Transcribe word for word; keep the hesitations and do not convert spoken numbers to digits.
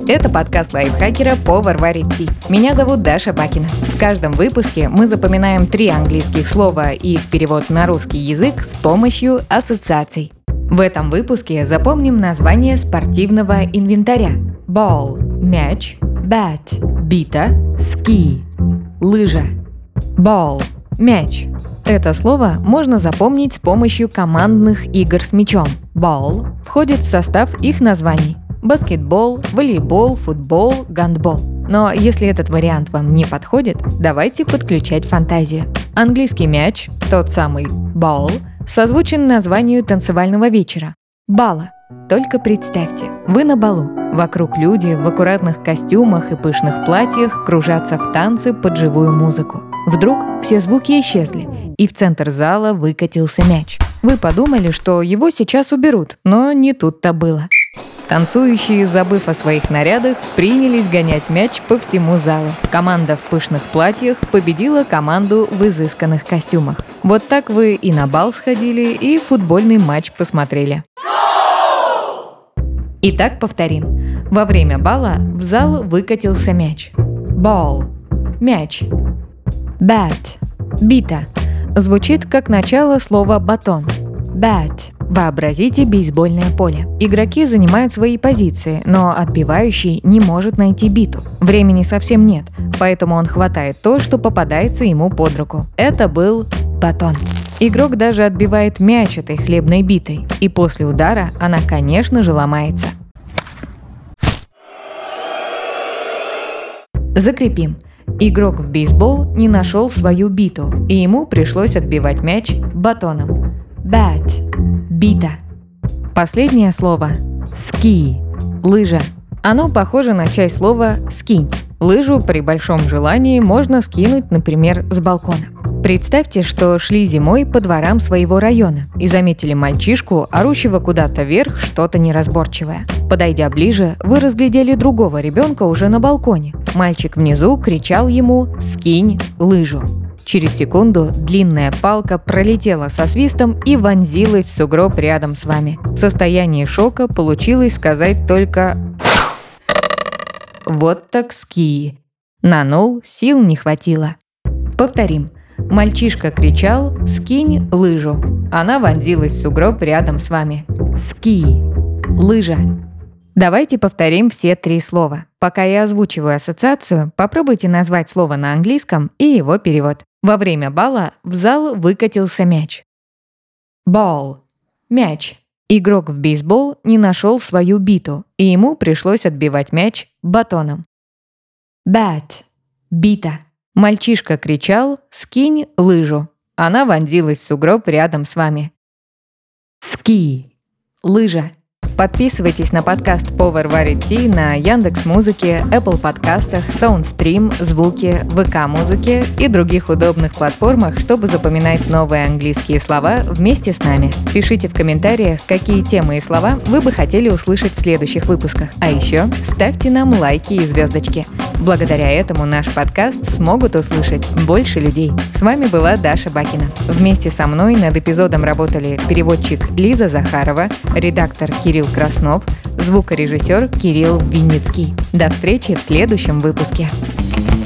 Это подкаст лайфхакера «Повар варит ти». Меня зовут Даша Бакина. В каждом выпуске мы запоминаем три английских слова и их перевод на русский язык с помощью ассоциаций. В этом выпуске запомним название спортивного инвентаря: ball – мяч, bat – бита, ski – лыжа. Ball – мяч. Это слово можно запомнить с помощью командных игр с мячом. Ball входит в состав их названий: баскетбол, волейбол, футбол, гандбол. Но если этот вариант вам не подходит, давайте подключать фантазию. Английский мяч, тот самый ball, созвучен названию танцевального вечера – бала. Только представьте, вы на балу. Вокруг люди в аккуратных костюмах и пышных платьях кружатся в танце под живую музыку. Вдруг все звуки исчезли, и в центр зала выкатился мяч. Вы подумали, что его сейчас уберут, но не тут-то было. Танцующие, забыв о своих нарядах, принялись гонять мяч по всему залу. Команда в пышных платьях победила команду в изысканных костюмах. Вот так вы и на бал сходили, и футбольный матч посмотрели. Итак, повторим. Во время бала в зал выкатился мяч. Ball – мяч. Bat – бита. Звучит как начало слова батон. Bat. Вообразите бейсбольное поле. Игроки занимают свои позиции, но отбивающий не может найти биту. Времени совсем нет, поэтому он хватает то, что попадается ему под руку. Это был батон. Игрок даже отбивает мяч этой хлебной битой, и после удара она, конечно же, ломается. Закрепим. Игрок в бейсбол не нашел свою биту, и ему пришлось отбивать мяч батоном. Bat – бита. Последнее слово – ski – лыжа. Оно похоже на часть слова «скинь». Лыжу при большом желании можно скинуть, например, с балкона. Представьте, что шли зимой по дворам своего района и заметили мальчишку, орущего куда-то вверх что-то неразборчивое. Подойдя ближе, вы разглядели другого ребенка уже на балконе. Мальчик внизу кричал ему «скинь лыжу». Через секунду длинная палка пролетела со свистом и вонзилась в сугроб рядом с вами. В состоянии шока получилось сказать только «вот так ски». На нол сил не хватило. Повторим. Мальчишка кричал «скинь лыжу». Она вонзилась в сугроб рядом с вами. Ски. Лыжа. Давайте повторим все три слова. Пока я озвучиваю ассоциацию, попробуйте назвать слово на английском и его перевод. Во время бала в зал выкатился мяч. Ball – мяч. Игрок в бейсбол не нашел свою биту, и ему пришлось отбивать мяч батоном. Bat – бита. Мальчишка кричал «скинь лыжу». Она вонзилась в сугроб рядом с вами. Ski – лыжа. Подписывайтесь на подкаст «Повар варит ти» на Яндекс.Музыке, Apple подкастах, Soundstream, Звуки, ВК-музыке и других удобных платформах, чтобы запоминать новые английские слова вместе с нами. Пишите в комментариях, какие темы и слова вы бы хотели услышать в следующих выпусках. А еще ставьте нам лайки и звездочки. Благодаря этому наш подкаст смогут услышать больше людей. С вами была Даша Бакина. Вместе со мной над эпизодом работали переводчик Лиза Захарова, редактор Кирилл Краснов, звукорежиссер Кирилл Винницкий. До встречи в следующем выпуске.